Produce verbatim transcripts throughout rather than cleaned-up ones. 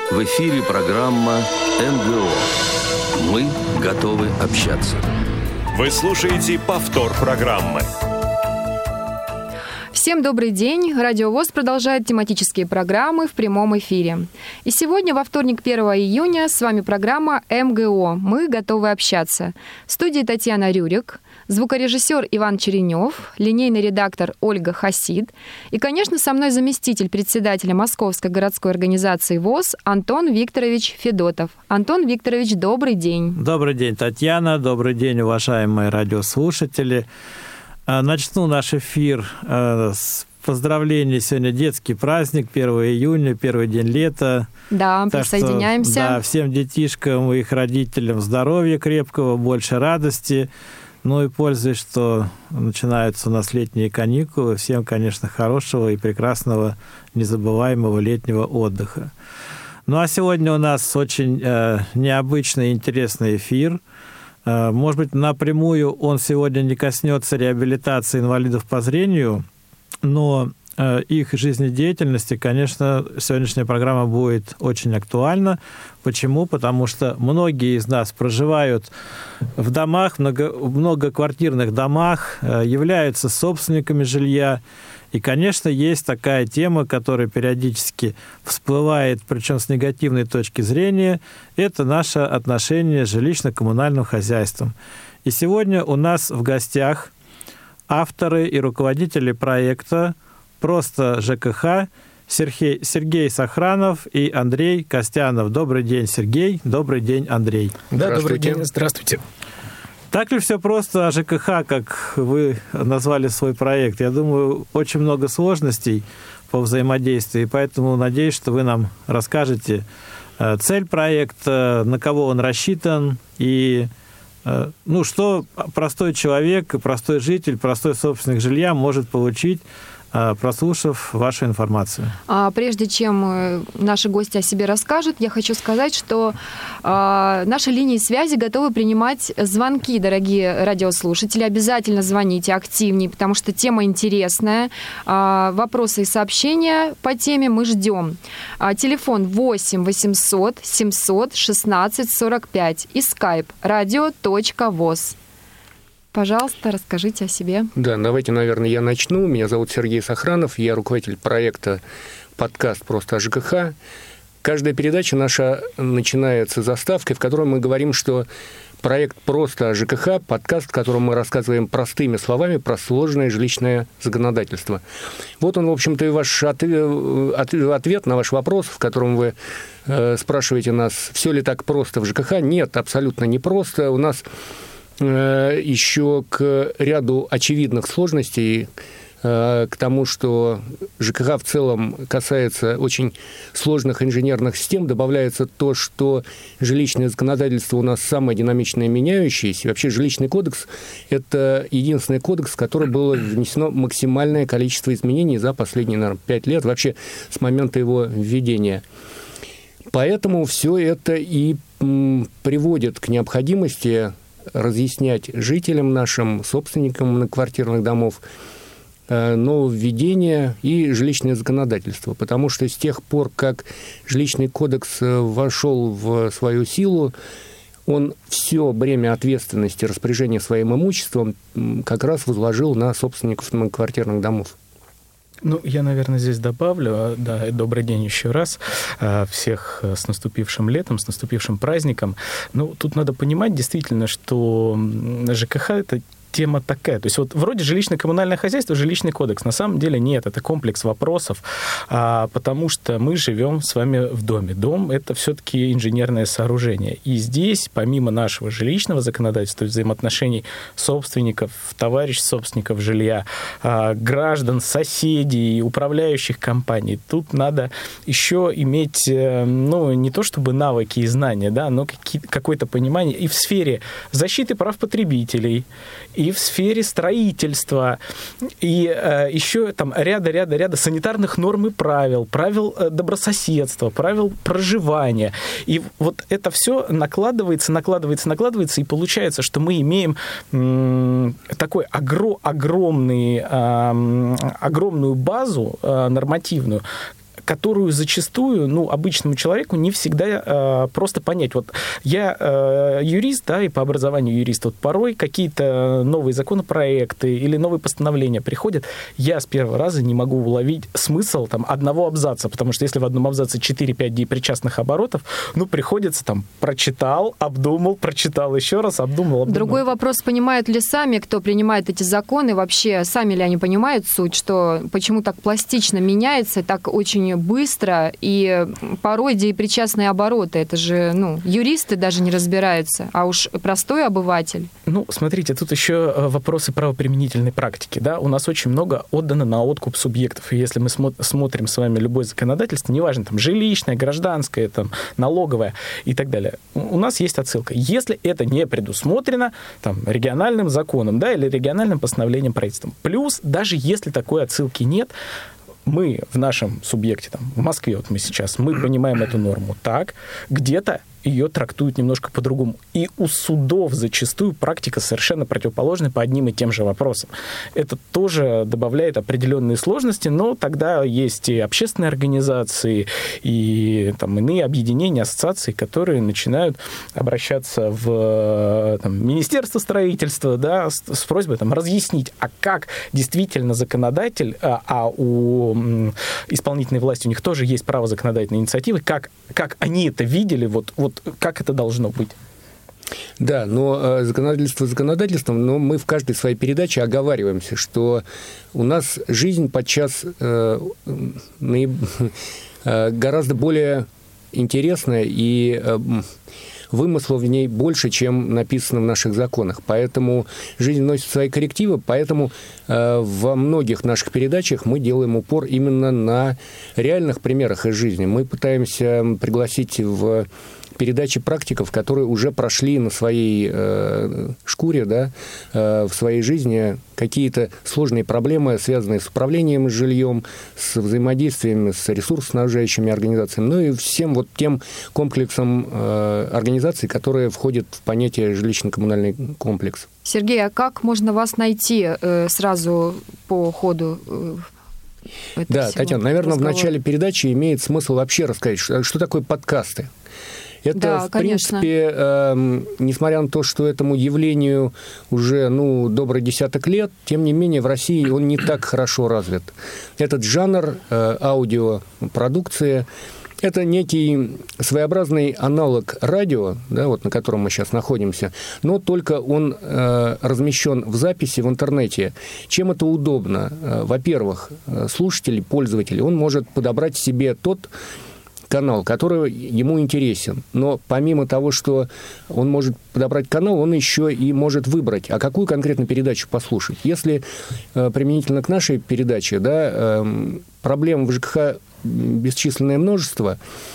В эфире программа эм гэ о. Мы готовы общаться. Вы слушаете повтор программы. Всем добрый день. Радио ВОС продолжает тематические программы в прямом эфире. И сегодня, во вторник, первого июня, с вами программа эм гэ о. Мы готовы общаться. В студии Татьяна Рюрик, звукорежиссер Иван Черенев, линейный редактор Ольга Хасид и, конечно, со мной заместитель председателя Московской городской организации ВОС Антон Викторович Федотов. Антон Викторович, добрый день. Добрый день, Татьяна. Добрый день, уважаемые радиослушатели. Начну наш эфир с поздравлений. Сегодня детский праздник, первого июня, первый день лета. Да, так присоединяемся. Что, да, всем детишкам и их родителям здоровья крепкого, больше радости. Ну и пользуясь, что начинаются у нас летние каникулы, всем, конечно, хорошего и прекрасного, незабываемого летнего отдыха. Ну а сегодня у нас очень э, необычный и интересный эфир. Может быть, напрямую он сегодня не коснется реабилитации инвалидов по зрению, но их жизнедеятельности, конечно, сегодняшняя программа будет очень актуальна. Почему? Потому что многие из нас проживают в домах, много, многоквартирных домах, являются собственниками жилья. И, конечно, есть такая тема, которая периодически всплывает, причем с негативной точки зрения, это наше отношение с жилищно-коммунальным хозяйством. И сегодня у нас в гостях авторы и руководители проекта «Просто ЖКХ» Сергей, Сергей Сохранов и Андрей Костянов. Добрый день, Сергей. Добрый день, Андрей. Да, добрый день. Здравствуйте. Так ли все просто о ЖКХ, как вы назвали свой проект? Я думаю, очень много сложностей по взаимодействию, и поэтому надеюсь, что вы нам расскажете цель проекта, на кого он рассчитан, и ну, что простой человек, простой житель, простой собственник жилья может получить, прослушав вашу информацию. А прежде чем наши гости о себе расскажут, я хочу сказать, что а, наши линии связи готовы принимать звонки, дорогие радиослушатели. Обязательно звоните активнее, потому что тема интересная. А, вопросы и сообщения по теме мы ждем. А, телефон восемь восемьсот семьсот шестнадцать сорок пять и скайп радио.воз. Пожалуйста, расскажите о себе. Да, давайте, наверное, я начну. Меня зовут Сергей Сохранов, я руководитель проекта «Подкаст просто о ЖКХ». Каждая передача наша начинается заставкой, в которой мы говорим, что проект «Просто о ЖКХ» – подкаст, в котором мы рассказываем простыми словами про сложное жилищное законодательство. Вот он, в общем-то, и ваш ответ на ваш вопрос, в котором вы спрашиваете нас, все ли так просто в ЖКХ. Нет, абсолютно не просто. У нас еще к ряду очевидных сложностей, к тому, что ЖКХ в целом касается очень сложных инженерных систем, добавляется то, что жилищное законодательство у нас самое динамичное, меняющееся. Вообще жилищный кодекс – это единственный кодекс, в который было внесено максимальное количество изменений за последние, наверное, пять лет, вообще с момента его введения. Поэтому все это и приводит к необходимости разъяснять жителям нашим, собственникам многоквартирных домов нововведения и жилищное законодательство. Потому что с тех пор, как жилищный кодекс вошел в свою силу, он все бремя ответственности распоряжения своим имуществом как раз возложил на собственников многоквартирных домов. Ну, я, наверное, здесь добавлю, да, добрый день еще раз, всех с наступившим летом, с наступившим праздником. Ну, тут надо понимать действительно, что ЖКХ – это тема такая. То есть вот вроде жилищно-коммунальное хозяйство, жилищный кодекс. На самом деле нет, это комплекс вопросов, а, потому что мы живем с вами в доме. Дом – это все-таки инженерное сооружение. И здесь, помимо нашего жилищного законодательства, взаимоотношений собственников, товарищ собственников жилья, а, граждан, соседей, управляющих компаний, тут надо еще иметь, ну, не то чтобы навыки и знания, да, но какое-то понимание и в сфере защиты прав потребителей, и в сфере строительства, и э, еще там ряда-ряда-ряда санитарных норм и правил, правил э, добрососедства, правил проживания. И вот это все накладывается, накладывается, накладывается, и получается, что мы имеем м, такой огро- огромный, э, огромную базу э, нормативную, которую зачастую, ну, обычному человеку не всегда э, просто понять. Вот я э, юрист, да, и по образованию юрист. Вот порой какие-то новые законопроекты или новые постановления приходят, я с первого раза не могу уловить смысл там одного абзаца, потому что если в одном абзаце четыре-пять депричастных оборотов, ну, приходится там прочитал, обдумал, прочитал еще раз, обдумал, обдумал. Другой вопрос, понимают ли сами, кто принимает эти законы, вообще сами ли они понимают суть, что почему так пластично меняется, так очень быстро, и порой депричастные обороты, это же, ну, юристы даже не разбираются, а уж простой обыватель. Ну, смотрите, тут еще вопросы правоприменительной практики, да, у нас очень много отдано на откуп субъектов, и если мы смо- смотрим с вами любое законодательство, неважно, там, жилищное, гражданское, там, налоговое и так далее, у нас есть отсылка. Если это не предусмотрено, там, региональным законом, да, или региональным постановлением правительства, плюс, даже если такой отсылки нет, мы в нашем субъекте, там, в Москве, вот мы сейчас, мы понимаем эту норму так, где-то ее трактуют немножко по-другому. И у судов зачастую практика совершенно противоположная по одним и тем же вопросам. Это тоже добавляет определенные сложности, но тогда есть и общественные организации, и там, иные объединения, ассоциации, которые начинают обращаться в там, Министерство строительства, да, с, с просьбой там, разъяснить, а как действительно законодатель, а, а у м, исполнительной власти у них тоже есть право законодательной инициативы, как, как они это видели, вот, вот как это должно быть? Да, но законодательство законодательством, но мы в каждой своей передаче оговариваемся, что у нас жизнь подчас э, наиб... гораздо более интересная, и э, вымыслов в ней больше, чем написано в наших законах. Поэтому жизнь носит свои коррективы, поэтому э, во многих наших передачах мы делаем упор именно на реальных примерах из жизни. Мы пытаемся пригласить в передачи практиков, которые уже прошли на своей э, шкуре, да, э, в своей жизни какие-то сложные проблемы, связанные с управлением жильем, с взаимодействием с ресурсоснабжающими организациями, ну и всем вот тем комплексом э, организаций, которые входят в понятие жилищно-коммунальный комплекс. Сергей, а как можно вас найти э, сразу по ходу э, Да, Татьяна, наверное, разговора? В начале передачи имеет смысл вообще рассказать, что, что такое подкасты. Это, да, в принципе, э, несмотря на то, что этому явлению уже, ну, добрый десяток лет, тем не менее в России он не так хорошо развит. Этот жанр э, аудиопродукции – это некий своеобразный аналог радио, да, вот на котором мы сейчас находимся, но только он э, размещен в записи в интернете. Чем это удобно? Э, во-первых, слушатель, пользователь, он может подобрать себе тот канал, который ему интересен. Но помимо того, что он может подобрать канал, он еще и может выбрать, а какую конкретно передачу послушать. Если э, применительно к нашей передаче, да, э, проблем в ЖКХ бесчисленное множество,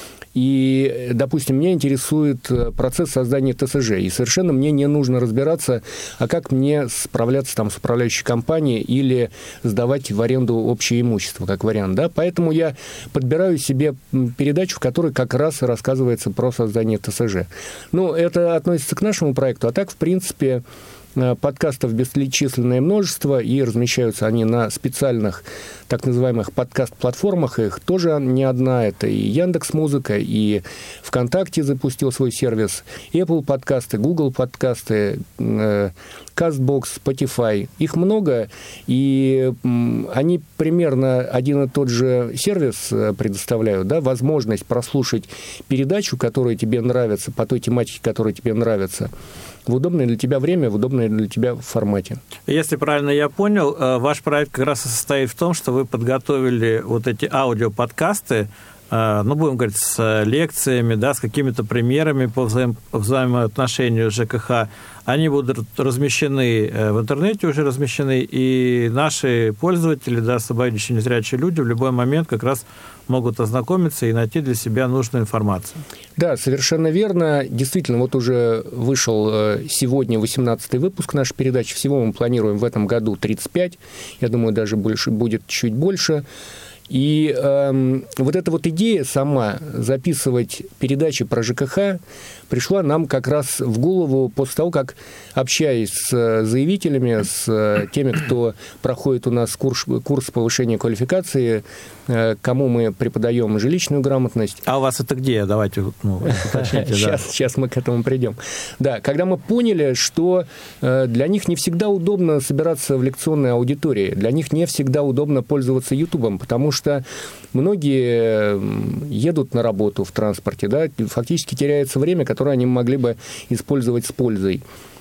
и, допустим, меня интересует процесс создания ТСЖ, и совершенно мне не нужно разбираться, а как мне справляться там с управляющей компанией или сдавать в аренду общее имущество, как вариант, да, поэтому я подбираю себе передачу, в которой как раз рассказывается про создание ТСЖ. Ну, это относится к нашему проекту, а так, в принципе, подкастов бесчисленное множество, и размещаются они на специальных так называемых подкаст-платформах. Их тоже не одна. Это и Яндекс.Музыка, и ВКонтакте запустил свой сервис, Apple подкасты, Google подкасты, Castbox, Spotify. Их много, и они примерно один и тот же сервис предоставляют, да, возможность прослушать передачу, которая тебе нравится, по той тематике, которая тебе нравится, в удобное для тебя время, в удобное для тебя формате. Если правильно я понял, ваш проект как раз и состоит в том, что вы подготовили вот эти аудиоподкасты, ну, будем говорить, с лекциями, да, с какими-то примерами по взаим... взаимоотношению с ЖКХ. Они будут размещены в интернете, уже размещены, и наши пользователи, да, слабовидящие, незрячие люди в любой момент как раз могут ознакомиться и найти для себя нужную информацию. Да, совершенно верно. Действительно, вот уже вышел сегодня восемнадцатый выпуск нашей передачи. Всего мы планируем в этом году тридцать пять. Я думаю, даже больше, будет чуть больше. И э, вот эта вот идея сама записывать передачи про ЖКХ пришла нам как раз в голову после того, как, общаясь с заявителями, с теми, кто проходит у нас курс, курс повышения квалификации, кому мы преподаем жилищную грамотность. А у вас это где? Давайте ну, уточните. Сейчас, да. сейчас мы к этому придем. Да, когда мы поняли, что для них не всегда удобно собираться в лекционной аудитории, для них не всегда удобно пользоваться Ютубом, потому что многие едут на работу в транспорте, да, фактически теряется время, которое они могли бы использовать с пользой.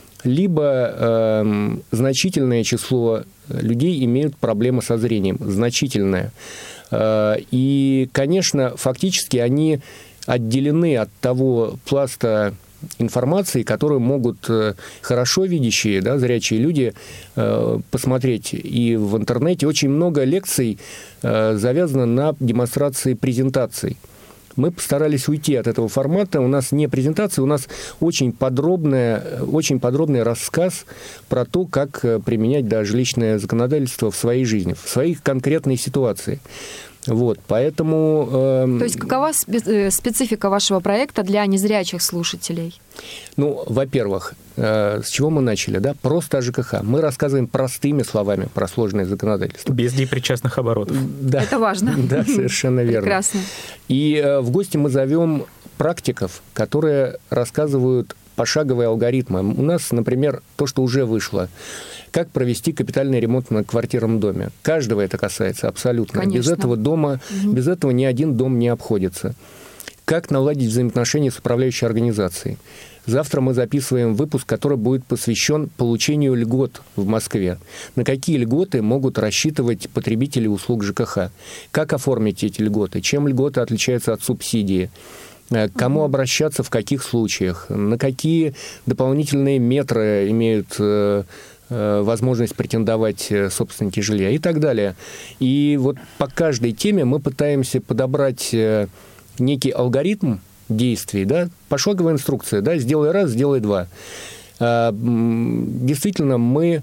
Либо э, значительное число людей имеют проблемы со зрением, значительное. Э, и, конечно, фактически они отделены от того пласта информации, которую могут хорошо видящие, да, зрячие люди э, посмотреть. И в интернете очень много лекций э, завязано на демонстрации презентаций. Мы постарались уйти от этого формата. У нас не презентация, у нас очень, подробная, очень подробный рассказ про то, как применять да, жилищное законодательство в своей жизни, в своей конкретной ситуации. Вот, поэтому... Э, То есть какова специфика вашего проекта для незрячих слушателей? Ну, во-первых, э, с чего мы начали, да? Просто о ЖКХ. Мы рассказываем простыми словами про сложное законодательство. Без депричастных оборотов. Да. Это важно. Да, совершенно верно. Прекрасно. И э, в гости мы зовем практиков, которые рассказывают пошаговые алгоритмы. У нас, например, то, что уже вышло. Как провести капитальный ремонт на квартирном доме. Каждого это касается абсолютно. Конечно. Без этого дома, угу. без этого ни один дом не обходится. Как наладить взаимоотношения с управляющей организацией. Завтра мы записываем выпуск, который будет посвящен получению льгот в Москве. На какие льготы могут рассчитывать потребители услуг ЖКХ? Как оформить эти льготы? Чем льготы отличаются от субсидии? К кому uh-huh. обращаться в каких случаях? На какие дополнительные метры имеют э, э, возможность претендовать собственники жилья и так далее. И вот по каждой теме мы пытаемся подобрать э, некий алгоритм действий, да, пошаговая инструкция, да, сделай раз, сделай два. Э, действительно, мы,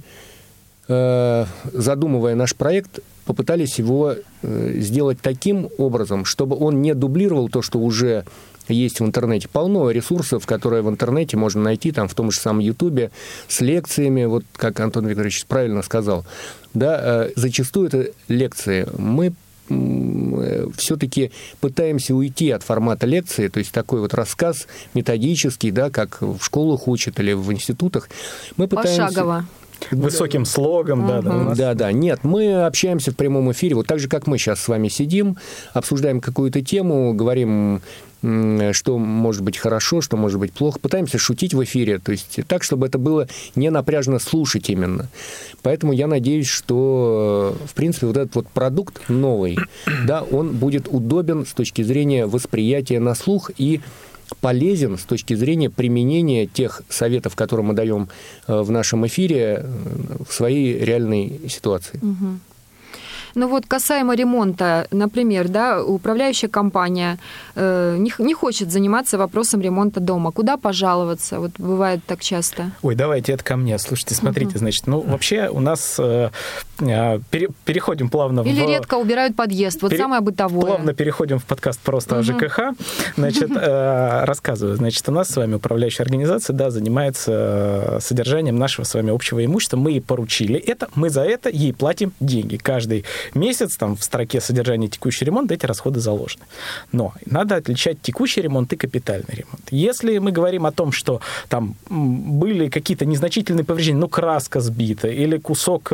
э, задумывая наш проект, попытались его э, сделать таким образом, чтобы он не дублировал то, что уже есть в интернете. Полно ресурсов, которые в интернете можно найти, там, в том же самом Ютубе, с лекциями, вот как Антон Викторович правильно сказал. Да, э, зачастую это лекции. Мы э, все-таки пытаемся уйти от формата лекции, то есть такой вот рассказ методический, да, как в школах учат или в институтах. Мы пытаемся... Пошагово. Высоким слогом, да, да. Uh-huh. Да, да. Нет, мы общаемся в прямом эфире, вот так же, как мы сейчас с вами сидим, обсуждаем какую-то тему, говорим, что может быть хорошо, что может быть плохо, пытаемся шутить в эфире, то есть так, чтобы это было не напряжно слушать именно. Поэтому я надеюсь, что, в принципе, вот этот вот продукт новый, да, он будет удобен с точки зрения восприятия на слух и полезен с точки зрения применения тех советов, которые мы даем в нашем эфире, в своей реальной ситуации. Угу. Ну вот касаемо ремонта, например, да, управляющая компания э, не, не хочет заниматься вопросом ремонта дома. Куда пожаловаться? Вот бывает так часто. Ой, давайте это ко мне. Слушайте, смотрите, uh-huh. значит, ну вообще у нас э, пере, переходим плавно Или в... Или редко убирают подъезд. Вот пере, самое бытовое. Плавно переходим в подкаст просто uh-huh. о ЖКХ. Значит, э, рассказываю. Значит, у нас с вами управляющая организация, да, занимается содержанием нашего с вами общего имущества. Мы ей поручили это, мы за это ей платим деньги. Каждый месяц там в строке содержания текущий ремонт эти расходы заложены. Но надо отличать текущий ремонт и капитальный ремонт. Если мы говорим о том, что там были какие-то незначительные повреждения, ну, краска сбита, или кусок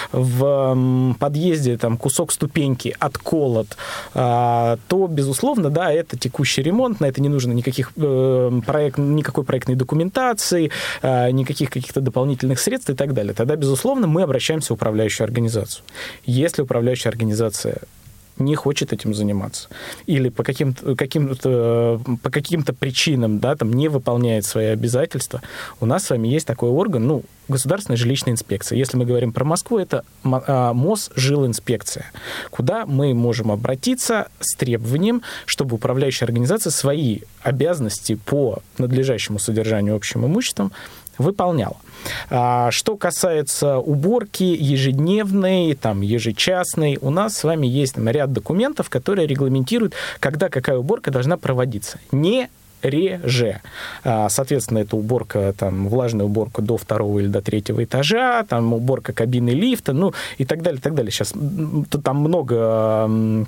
в подъезде, там, кусок ступеньки отколот, то, безусловно, да, это текущий ремонт, на это не нужно никаких проект, никакой проектной документации, никаких каких-то дополнительных средств и так далее. Тогда, безусловно, мы обращаемся в управляющую организацию. Если управляющая организация не хочет этим заниматься или по каким-то, каким-то, по каким-то причинам, да, там, не выполняет свои обязательства, у нас с вами есть такой орган, ну, Государственная жилищная инспекция. Если мы говорим про Москву, это Мосжилинспекция, куда мы можем обратиться с требованием, чтобы управляющая организация свои обязанности по надлежащему содержанию общим имуществом выполняла. Что касается уборки ежедневной, там, ежечасной, у нас с вами есть там, ряд документов, которые регламентируют, когда какая уборка должна проводиться. Не реже. Соответственно, это уборка, там, влажная уборка до второго или до третьего этажа, там, уборка кабины лифта, ну, и так далее, так далее. Сейчас там много...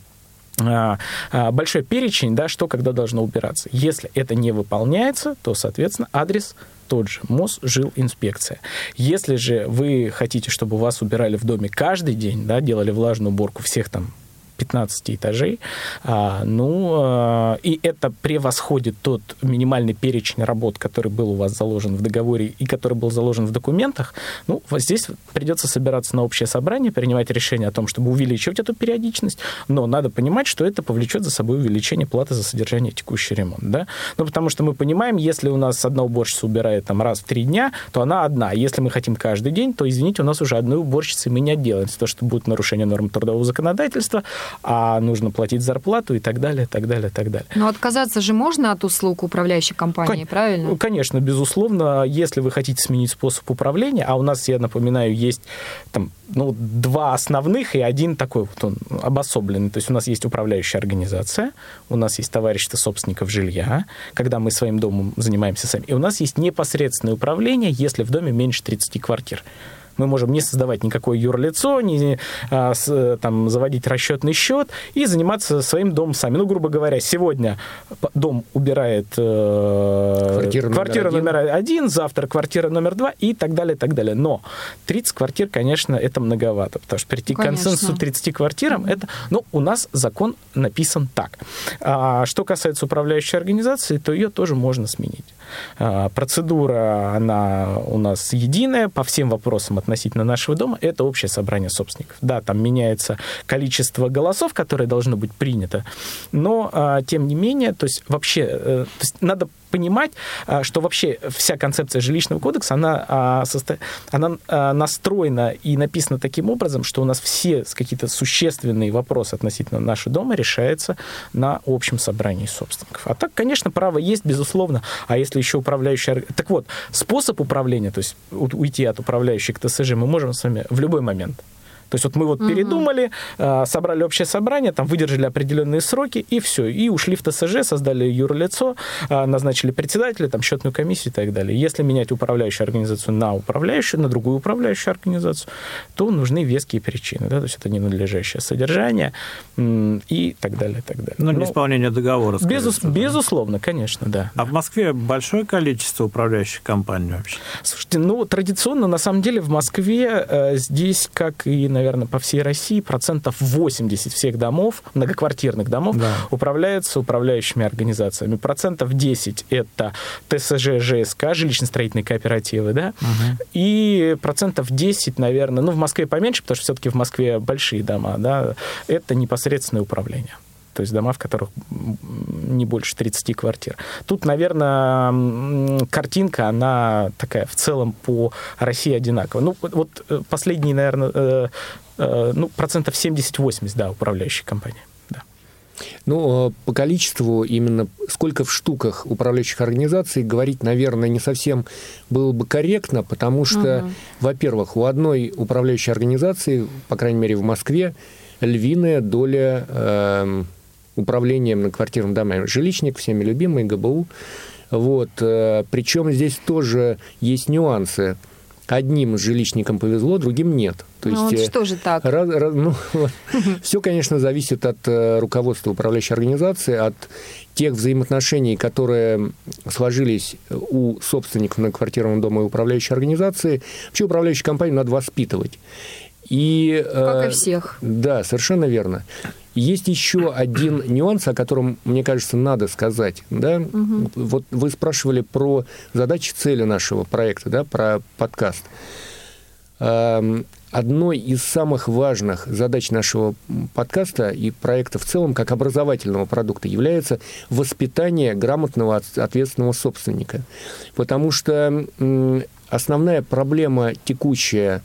большой перечень, да, что когда должно убираться. Если это не выполняется, то, соответственно, адрес тот же, Мосжилинспекция. Если же вы хотите, чтобы вас убирали в доме каждый день, да, делали влажную уборку всех там пятнадцати этажей, а, ну, а, и это превосходит тот минимальный перечень работ, который был у вас заложен в договоре и который был заложен в документах, ну, вот здесь придется собираться на общее собрание, принимать решение о том, чтобы увеличивать эту периодичность, но надо понимать, что это повлечет за собой увеличение платы за содержание и текущий ремонт, да, ну, потому что мы понимаем, если у нас одна уборщица убирает там раз в три дня, то она одна, если мы хотим каждый день, то, извините, у нас уже одной уборщицы мы не отделаемся, то, что будет нарушение норм трудового законодательства, а нужно платить зарплату и так далее, так далее, так далее. Но отказаться же можно от услуг управляющей компании, Кон- правильно? Конечно, безусловно. Если вы хотите сменить способ управления, а у нас, я напоминаю, есть там, ну, два основных и один такой вот он обособленный. То есть у нас есть управляющая организация, у нас есть товарищество собственников жилья, когда мы своим домом занимаемся сами, и у нас есть непосредственное управление, если в доме меньше тридцати квартир. Мы можем не создавать никакое юрлицо, не а, с, там, заводить расчетный счет и заниматься своим домом сами. Ну, грубо говоря, сегодня дом убирает э, квартира, квартира номер, номер один, завтра квартира номер два и так далее, так далее. Но тридцать квартир, конечно, это многовато, потому что прийти конечно. к консенсусу тридцати квартирам, mm-hmm. это... Ну, у нас закон написан так. А что касается управляющей организации, то ее тоже можно сменить. А, процедура, она у нас единая по всем вопросам относительно нашего дома, это общее собрание собственников. Да, там меняется количество голосов, которое должно быть принято, но, а, тем не менее, то есть вообще, э, то есть надо понимать, что вообще вся концепция жилищного кодекса, она, она настроена и написана таким образом, что у нас все какие-то существенные вопросы относительно нашего дома решаются на общем собрании собственников. А так, конечно, право есть, безусловно. А если еще управляющий... Так вот, способ управления, то есть уйти от управляющей к ТСЖ мы можем с вами в любой момент. То есть вот мы вот угу. передумали, собрали общее собрание, там выдержали определенные сроки, и все. И ушли в ТСЖ, создали юрлицо, назначили председателя, там, счетную комиссию и так далее. Если менять управляющую организацию на управляющую, на другую управляющую организацию, то нужны веские причины. Да? То есть это ненадлежащее содержание и так далее, и так далее. Ну, неисполнение договора. Безус, да. Безусловно, конечно, да. А в Москве большое количество управляющих компаний вообще? Слушайте, ну, традиционно, на самом деле, в Москве э, здесь, как и, наверное, по всей России, процентов восемьдесят всех домов, многоквартирных домов, да. управляются управляющими организациями. Процентов десять это ТСЖ, ЖСК, жилищно-строительные кооперативы, да, угу. и процентов десять, наверное, ну, в Москве поменьше, потому что все-таки в Москве большие дома, да, это непосредственное управление. То есть дома, в которых не больше тридцати квартир. Тут, наверное, картинка, она такая в целом по России одинаковая. Ну, вот последние, наверное, ну, процентов семьдесят-восемьдесят, да, управляющие компании. Да. Ну, по количеству, именно сколько в штуках управляющих организаций, говорить, наверное, не совсем было бы корректно, потому что, угу. во-первых, у одной управляющей организации, по крайней мере, в Москве, львиная доля... Э- управлением многоквартирными домами. Жилищник, всеми любимый, ГБУ. Вот. Причем здесь тоже есть нюансы. Одним жилищникам повезло, другим нет. То ну, есть, вот что же так? Раз, раз, ну, все, конечно, зависит от руководства управляющей организации, от тех взаимоотношений, которые сложились у собственников многоквартирного дома и управляющей организации. Вообще управляющую компанию надо воспитывать. И, как и всех. Да, совершенно верно. Есть еще один нюанс, о котором, мне кажется, надо сказать. Да? Угу. Вот вы спрашивали про задачи, цели нашего проекта, да, про подкаст. Одной из самых важных задач нашего подкаста и проекта в целом, как образовательного продукта, является воспитание грамотного, ответственного собственника. Потому что основная проблема текущая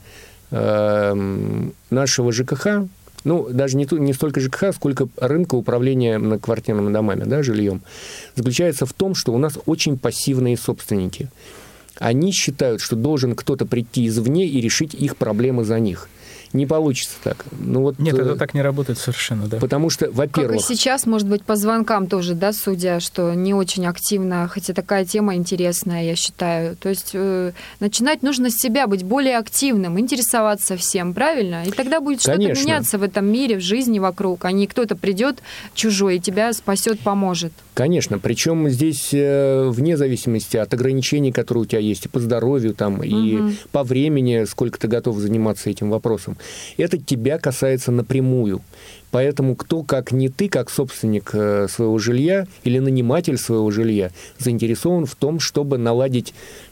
нашего ЖКХ, ну, даже не, не столько ЖКХ, сколько рынка управления многоквартирными домами, да, жильем, заключается в том, что у нас очень пассивные собственники. они считают, что должен кто-то прийти извне и решить их проблемы за них. Не получится так. Ну, вот, Нет, это так не работает совершенно, да. Потому что, во-первых... Как и сейчас, может быть, по звонкам тоже, да, судя, что не очень активно, хотя такая тема интересная, я считаю. То есть э, начинать нужно с себя, быть более активным, интересоваться всем, правильно? И тогда будет что-то Конечно. меняться в этом мире, в жизни вокруг, а не кто-то придет чужой и тебя спасет, поможет. Конечно, причем здесь э, вне зависимости от ограничений, которые у тебя есть и по здоровью, там, и Угу. по времени, сколько ты готов заниматься этим вопросом. Это тебя касается напрямую. Поэтому кто, как не ты, как собственник своего жилья или наниматель своего жилья, заинтересован в том, чтобы наладить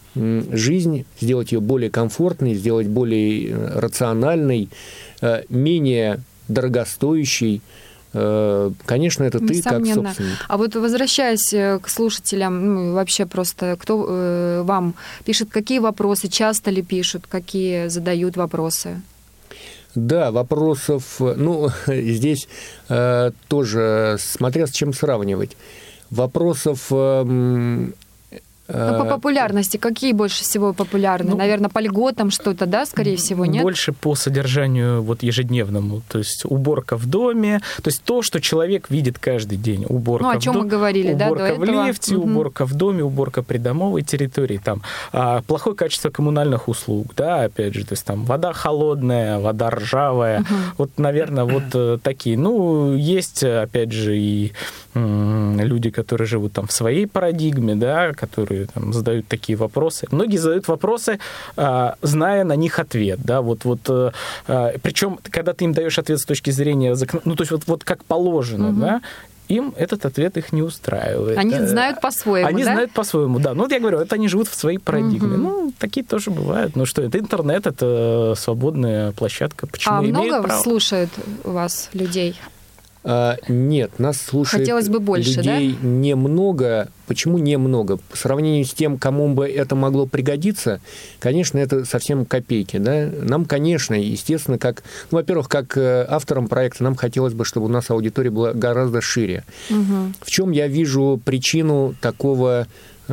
жизнь, сделать ее более комфортной, сделать более рациональной, менее дорогостоящей. Конечно, это ты как собственник. А вот возвращаясь к слушателям, ну, вообще просто кто э, вам пишет, какие вопросы, часто ли пишут, какие задают вопросы? Да, вопросов, ну, здесь э, тоже, смотря с чем сравнивать, вопросов... Э, Ну, по популярности, какие больше всего популярны? Ну, Наверное, по льготам что-то, да, скорее всего, нет? Больше по содержанию вот ежедневному, то есть уборка в доме, то есть то, что человек видит каждый день. Уборка Ну, о чем в дом, мы говорили, да, до уборка в этого? лифте, Угу. уборка в доме, уборка придомовой территории, там, а, плохое качество коммунальных услуг, да, опять же, то есть там вода холодная, вода ржавая, Угу. вот, наверное, вот такие. Ну, есть, опять же, и м, люди, которые живут там в своей парадигме, да, которые там задают такие вопросы. Многие задают вопросы, а, зная на них ответ, да, вот, вот, а, причем, когда ты им даешь ответ с точки зрения, закон... ну, то есть вот, вот как положено, Угу. да, им этот ответ их не устраивает. Они знают по-своему, Они да? знают по-своему, да. Ну, вот я говорю, это они живут в своей парадигме. Угу. Ну, такие тоже бывают. Ну, что это? Интернет — это свободная площадка. Почему А имеют много право? слушают у вас людей? А, нет, нас слушает Хотелось бы больше, людей да? немного. Почему немного? По сравнению с тем, кому бы это могло пригодиться, конечно, это совсем копейки. Да? Нам, конечно, естественно, как, ну, во-первых, как авторам проекта, нам хотелось бы, чтобы у нас аудитория была гораздо шире. Угу. В чем я вижу причину такого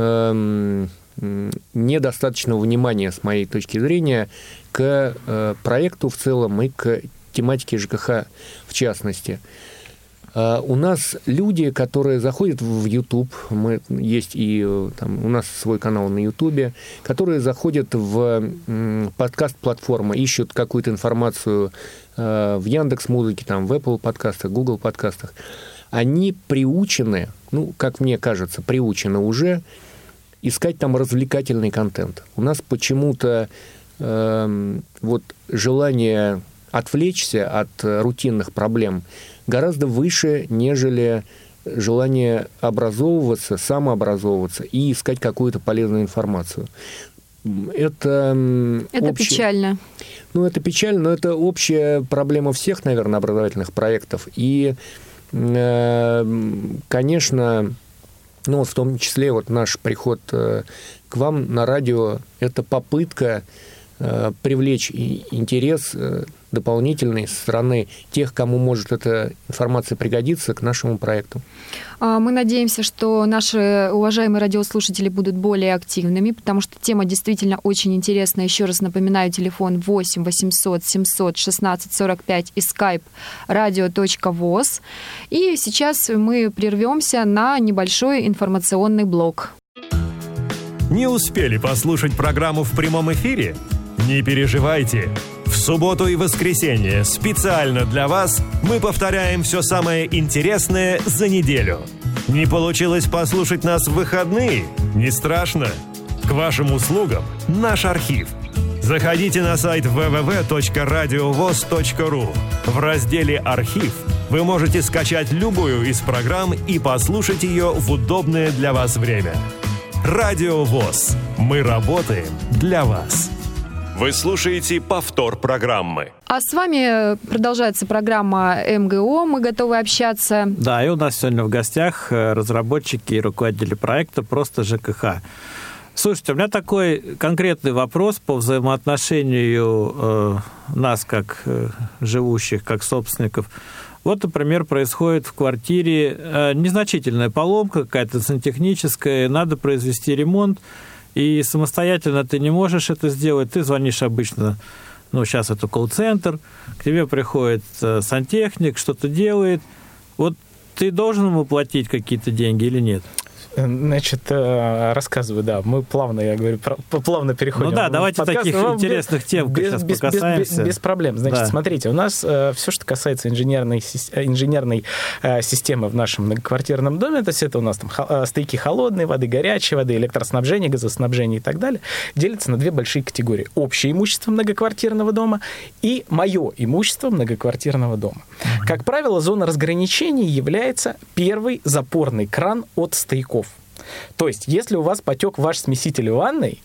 эм, недостаточного внимания, с моей точки зрения, к э, проекту в целом и к тематике ЖКХ в частности. У нас люди, которые заходят в YouTube, мы, есть и там, у нас свой канал на YouTube, которые заходят в подкаст-платформы, ищут какую-то информацию в Яндекс.Музыке, там, в Apple подкастах, Google подкастах, они приучены, ну, как мне кажется, приучены уже искать там развлекательный контент. У нас почему-то э, вот желание отвлечься от рутинных проблем гораздо выше, нежели желание образовываться, самообразовываться и искать какую-то полезную информацию. Это, это общее... печально. Ну, это печально, но это общая проблема всех, наверное, образовательных проектов. И, конечно, ну, в том числе вот наш приход к вам на радио – это попытка привлечь интерес дополнительный со стороны тех, кому может эта информация пригодиться, к нашему проекту. Мы надеемся, что наши уважаемые радиослушатели будут более активными, потому что тема действительно очень интересная. Еще раз напоминаю, телефон восемь восемьсот семьсот шестнадцать сорок пять и skype radio точка voz. И сейчас мы прервемся на небольшой информационный блок. Не успели послушать программу в прямом эфире? Не переживайте. В субботу и воскресенье специально для вас мы повторяем все самое интересное за неделю. Не получилось послушать нас в выходные? Не страшно. К вашим услугам наш архив. Заходите на сайт дабл ю дабл ю дабл ю точка радиовоз точка ру. В разделе «Архив» вы можете скачать любую из программ и послушать ее в удобное для вас время. Радио ВОС. Мы работаем для вас. Вы слушаете повтор программы. А с вами продолжается программа эм гэ о. Мы готовы общаться. Да, и у нас сегодня в гостях разработчики и руководители проекта «Просто ЖКХ». Слушайте, у меня такой конкретный вопрос по взаимоотношению э, нас, как э, живущих, как собственников. Вот, например, происходит в квартире э, незначительная поломка, какая-то сантехническая, надо произвести ремонт. и самостоятельно ты не можешь это сделать, ты звонишь обычно, ну, сейчас это колл-центр, к тебе приходит сантехник, что-то делает. Вот ты должен ему платить какие-то деньги или нет? Значит, рассказываю, да, мы плавно, я говорю, плавно переходим. Ну да, давайте подкаст, таких ну, интересных тем без, сейчас без, покасаемся. Без, без, без проблем. Значит, да. смотрите, у нас э, все, что касается инженерной, инженерной э, системы в нашем многоквартирном доме, то есть это у нас там хо, стояки холодной воды, горячей воды, электроснабжение, газоснабжение и так далее, делится на две большие категории. Общее имущество многоквартирного дома и мое имущество многоквартирного дома. Mm-hmm. Как правило, зона разграничения является первый запорный кран от стояков. То есть, если у вас потек ваш смеситель в ванной,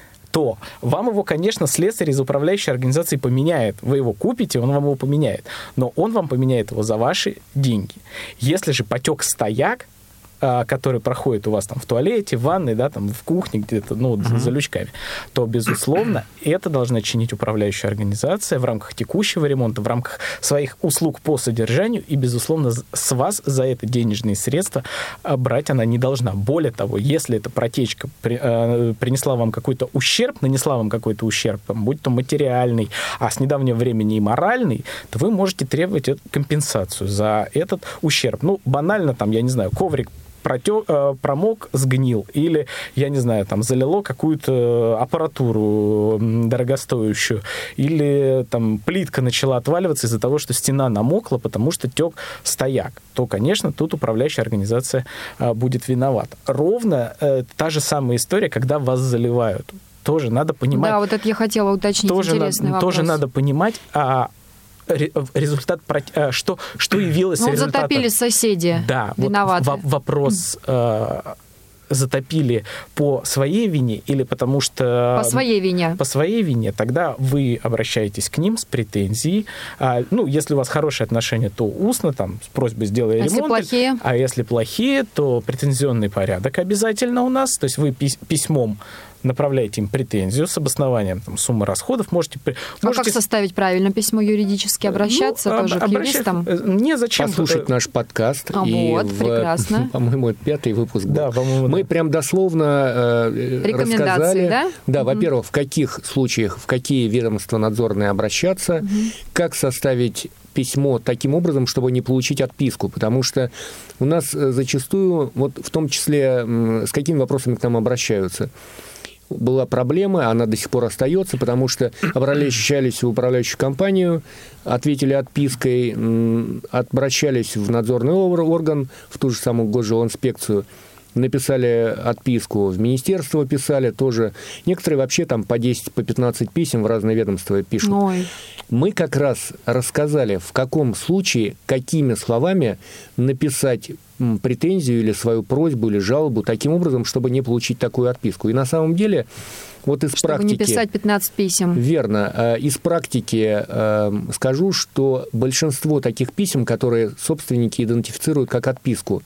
то вам его, конечно, слесарь из управляющей организации поменяет. Вы его купите, он вам его поменяет. Но он вам поменяет его за ваши деньги. Если же потек стояк, который проходит у вас там в туалете, в ванной, да, там в кухне где-то, ну, uh-huh. за лючками, то, безусловно, это должна чинить управляющая организация в рамках текущего ремонта, в рамках своих услуг по содержанию, и, безусловно, с вас за это денежные средства брать она не должна. Более того, если эта протечка при, э, принесла вам какой-то ущерб, нанесла вам какой-то ущерб, там, будь то материальный, а с недавнего времени и моральный, то вы можете требовать компенсацию за этот ущерб. Ну, банально, там, я не знаю, коврик протек, промок, сгнил, или, я не знаю, там, залило какую-то аппаратуру дорогостоящую, или там плитка начала отваливаться из-за того, что стена намокла, потому что тек стояк, то, конечно, тут управляющая организация будет виновата. Ровно та же самая история, когда вас заливают. Тоже надо понимать... Да, вот это я хотела уточнить, тоже интересный на, вопрос. Тоже надо понимать, а результат, что, что явилось ну, результатом. Затопили соседи, да, виноваты. Вот вопрос, э, затопили по своей вине или потому что... По своей вине. По своей вине. Тогда вы обращаетесь к ним с претензией. А, ну, если у вас хорошие отношения, то устно, там, с просьбой сделай а ремонт. Если плохие? А если плохие, то претензионный порядок обязательно у нас. То есть вы письмом направляете им претензию с обоснованием там, суммы расходов. Можете, а можете... как составить правильно письмо юридически? Обращаться ну, тоже об, к юристам? Не зачем. Послушать наш подкаст. А и вот, в, прекрасно. По-моему, пятый выпуск был. Да, по-моему, Мы да. прям дословно э, рекомендации, рассказали, да? Да, угу. во-первых, в каких случаях, в какие ведомства надзорные обращаться, угу. как составить письмо таким образом, чтобы не получить отписку, потому что у нас зачастую, вот в том числе, с какими вопросами к нам обращаются, была проблема, она до сих пор остается, потому что обращались в управляющую компанию, ответили отпиской, обращались в надзорный орган, в ту же самую госжилинспекцию, написали отписку, в министерство писали тоже. Некоторые вообще там по десять, по пятнадцать писем в разные ведомства пишут. Ой. Мы как раз рассказали, в каком случае, какими словами написать претензию или свою просьбу или жалобу таким образом, чтобы не получить такую отписку. И на самом деле, вот из чтобы практики... Чтобы не писать пятнадцать писем. Верно. Из практики скажу, что большинство таких писем, которые собственники идентифицируют как отписку,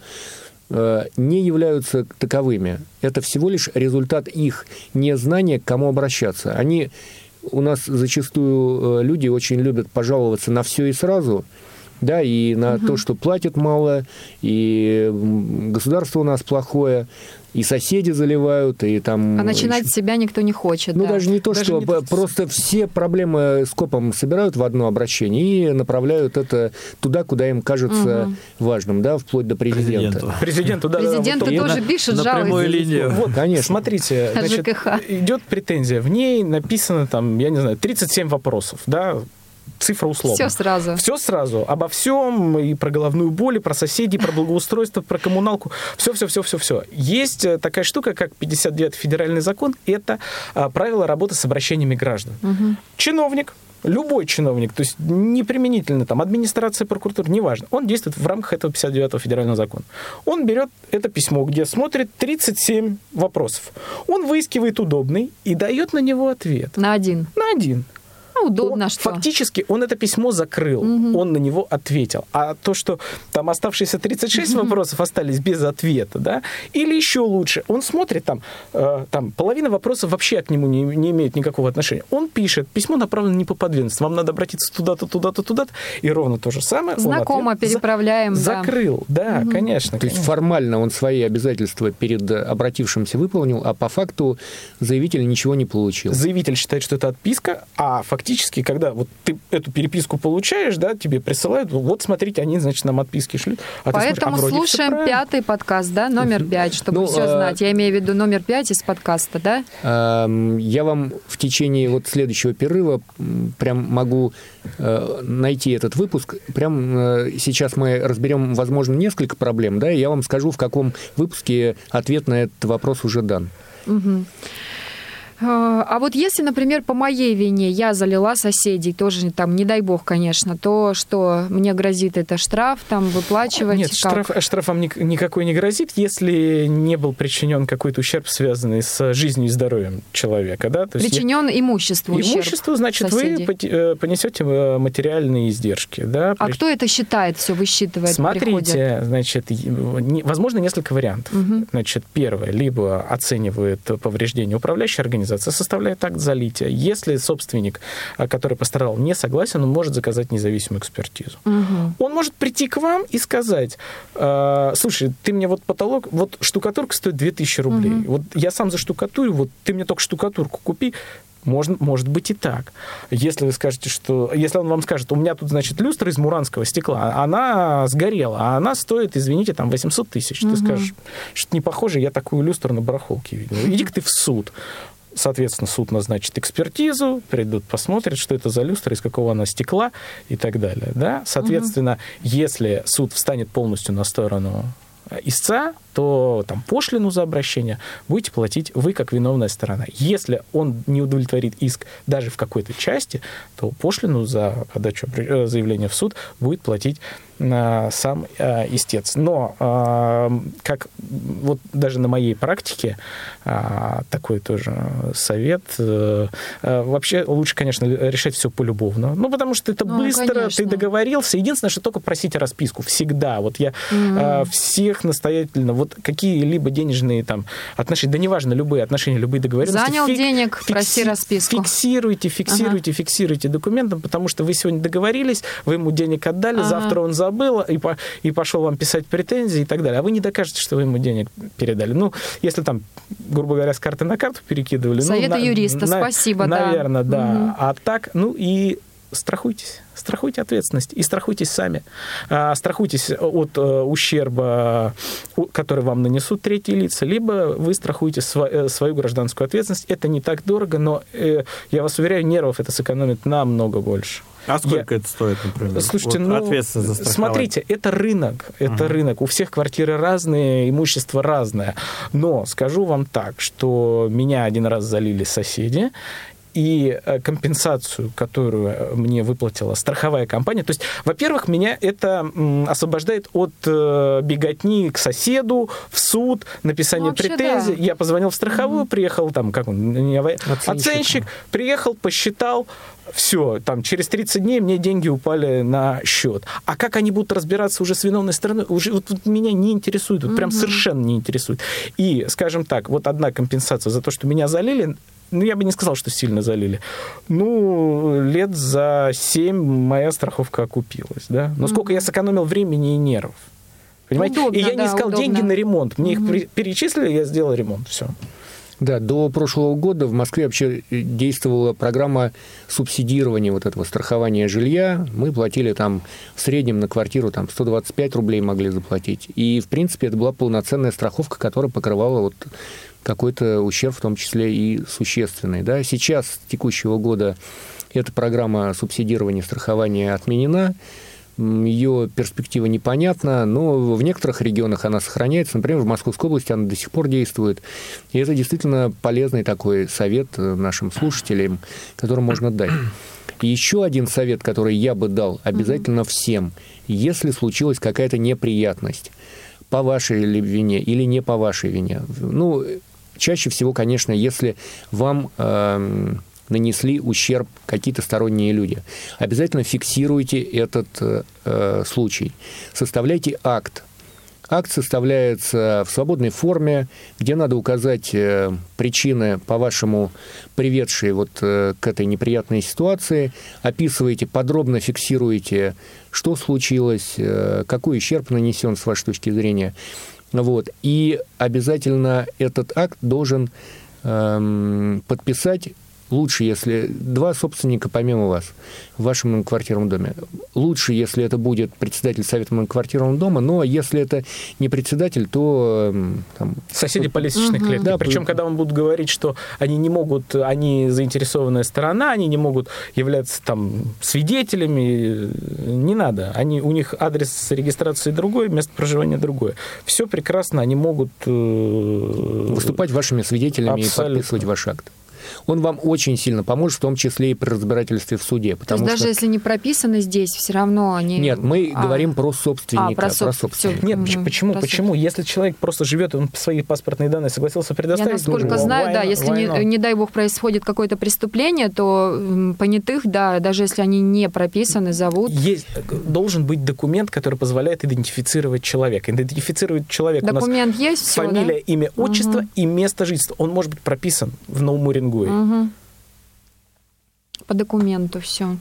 не являются таковыми. Это всего лишь результат их незнания, к кому обращаться. Они, у нас зачастую люди очень любят пожаловаться на все и сразу, да, и на угу. то, что платят мало, и государство у нас плохое, и соседи заливают, и там... А начинать с себя никто не хочет. Ну, да. даже не то, даже что... Не просто то... все проблемы скопом собирают в одно обращение и направляют это туда, куда им кажется угу. важным, да, вплоть до президента. Президенту, да. Президенту да, тоже на, пишет, на жалуется. прямую линию. Вот, конечно. Смотрите, значит, идет претензия. В ней написано, там, я не знаю, тридцать семь вопросов, да, цифра условно. Все сразу. Все сразу. Обо всем, и про головную боль, и про соседей, про благоустройство, про коммуналку. Все-все-все-все-все. Есть такая штука, как пятьдесят девятый федеральный закон. Это а, правила работы с обращениями граждан. Угу. Чиновник, любой чиновник, то есть не применительно там администрация, прокуратура, неважно, он действует в рамках этого пятьдесят девятого федерального закона. Он берет это письмо, где смотрит тридцать семь вопросов. Он выискивает удобный и дает на него ответ. На один. На один. Ну, удобно, он, что. Фактически он это письмо закрыл, угу. он на него ответил. А то, что там оставшиеся тридцать шесть угу. вопросов остались без ответа, да, или еще лучше, он смотрит, там, э, там половина вопросов вообще к нему не, не имеет никакого отношения. Он пишет, письмо направлено не по подведомству, вам надо обратиться туда-то, туда-то, туда-то, и ровно то же самое. Знакомо переправляем. За, да. Закрыл, да, угу. конечно. То конечно. есть формально он свои обязательства перед обратившимся выполнил, а по факту заявитель ничего не получил. Заявитель считает, что это отписка, а фактически, когда вот ты эту переписку получаешь, да, тебе присылают, вот смотрите, они, значит, нам отписки шлют. А Поэтому смотришь, а слушаем пятый подкаст, да, номер пять, чтобы ну, все а... знать. Я имею в виду номер пять из подкаста, да? А, я вам в течение вот следующего перерыва прям могу э, найти этот выпуск. Прям э, сейчас мы разберем, возможно, несколько проблем, да, и я вам скажу, в каком выпуске ответ на этот вопрос уже дан. Угу. А вот если, например, по моей вине я залила соседей, тоже там, не дай бог, конечно, то что мне грозит это штраф, там выплачивать? Нет, штраф, штраф вам никакой не грозит, если не был причинен какой-то ущерб, связанный с жизнью и здоровьем человека. Да? То причинен есть, имуществу ущерб. Имуществу, значит, соседей. Вы понесете материальные издержки. Да? А При... кто это считает, все высчитывает? Смотрите, приходит? Значит, возможно, несколько вариантов. Угу. Значит, первое, либо оценивает повреждение управляющей организации, составляет акт залития. Если собственник, который пострадал, не согласен, он может заказать независимую экспертизу. Угу. Он может прийти к вам и сказать, слушай, ты мне вот потолок, вот штукатурка стоит две тысячи рублей. Угу. Вот я сам заштукатурю, вот ты мне только штукатурку купи. Можно, может быть и так. Если вы скажете, что... Если он вам скажет, у меня тут, значит, люстра из муранского стекла, она сгорела, а она стоит, извините, там восемьсот тысяч. Угу. Ты скажешь, что не похоже, я такую люстру на барахолке видел. Иди-ка ты в суд. Соответственно, суд назначит экспертизу, придут, посмотрят, что это за люстра, из какого она стекла и так далее. Да? Соответственно, угу. если суд встанет полностью на сторону истца, то там пошлину за обращение будете платить вы, как виновная сторона. Если он не удовлетворит иск даже в какой-то части, то пошлину за подачу заявления в суд будет платить сам истец. Но как вот даже на моей практике такой тоже совет. Вообще лучше, конечно, решать все полюбовно. Ну, потому что это ну, быстро, конечно. Ты договорился. Единственное, что только просите расписку. Всегда. Вот я mm. всех настоятельно, вот какие-либо денежные там отношения, да неважно, любые отношения, любые договоренности. Занял фик, денег, фикси, проси расписку. Фиксируйте, фиксируйте, ага. фиксируйте документом, потому что вы сегодня договорились, вы ему денег отдали, ага. завтра он забыл и, по, и пошел вам писать претензии и так далее. А вы не докажете, что вы ему денег передали. Ну, если там, грубо говоря, с карты на карту перекидывали. Советы ну, юриста, на, спасибо, наверное, да. да. Угу. А так, ну и страхуйтесь. Страхуйте ответственность и страхуйтесь сами. Страхуйтесь от ущерба, который вам нанесут третьи лица, либо вы страхуете свою гражданскую ответственность. Это не так дорого, но, я вас уверяю, нервов это сэкономит намного больше. А сколько я... это стоит, например? Слушайте, вот ну, ответственность за страхование. Смотрите, это рынок, это uh-huh. рынок. У всех квартиры разные, имущество разное. Но скажу вам так, что меня один раз залили соседи, и компенсацию, которую мне выплатила страховая компания. То есть, во-первых, меня это освобождает от беготни к соседу, в суд, написания ну, претензий. Да. Я позвонил в страховую, mm-hmm. приехал там, как он, оценщик, оценщик приехал, посчитал, все, там, через тридцать дней мне деньги упали на счет. А как они будут разбираться уже с виновной стороной, уже вот, вот меня не интересует, вот mm-hmm. прям совершенно не интересует. И, скажем так, вот одна компенсация за то, что меня залили, ну, я бы не сказал, что сильно залили. Ну, лет за семь моя страховка окупилась, да. Но mm-hmm. сколько я сэкономил времени и нервов. Понимаете? Удобно, и я да, не искал удобно. деньги на ремонт. Мне mm-hmm. их перечислили, я сделал ремонт. Все. Да, до прошлого года в Москве вообще действовала программа субсидирования вот этого страхования жилья. Мы платили там в среднем на квартиру там, сто двадцать пять рублей могли заплатить. И, в принципе, это была полноценная страховка, которая покрывала вот какой-то ущерб, в том числе и существенный. Да? Сейчас, с текущего года, эта программа субсидирования страхования отменена. Ее перспектива непонятна, но в некоторых регионах она сохраняется. Например, в Московской области она до сих пор действует. И это действительно полезный такой совет нашим слушателям, который можно дать. И еще один совет, который я бы дал обязательно всем. Если случилась какая-то неприятность, по вашей ли вине или не по вашей вине. Ну, чаще всего, конечно, если вам... Э, нанесли ущерб какие-то сторонние люди. Обязательно фиксируйте этот э, случай. Составляйте акт. Акт составляется в свободной форме, где надо указать э, причины, по-вашему, приведшие вот, э, к этой неприятной ситуации. Описываете, подробно фиксируете, что случилось, э, какой ущерб нанесен с вашей точки зрения. Вот. И обязательно этот акт должен э, подписать, лучше, если два собственника помимо вас в вашем многоквартирном доме. Лучше, если это будет председатель совета многоквартирного дома, но если это не председатель, то... Там, соседи по лестничной угу. клетке. Да, Причем, когда вам будут говорить, что они не могут, они заинтересованная сторона, они не могут являться там свидетелями, не надо. Они, у них адрес регистрации другой, место проживания другое. Все прекрасно, они могут... выступать вашими свидетелями Абсолютно. И подписывать ваш акт. Он вам очень сильно поможет, в том числе и при разбирательстве в суде. То есть даже что... если не прописаны здесь, все равно они... Нет, мы а... говорим про собственника. А, про, соб... про собственника. Нет, угу. почему? Про почему? Если человек просто живет, он свои паспортные данные согласился предоставить... Я насколько ну, знаю, why да, not? если, не, не дай бог, происходит какое-то преступление, то понятых, да, даже если они не прописаны, зовут... Есть, должен быть документ, который позволяет идентифицировать человека. Идентифицировать человека документ у нас есть, все, фамилия, да? имя, отчество угу. и место жительства. Он может быть прописан в Новом Уренгое. Угу. По документу все.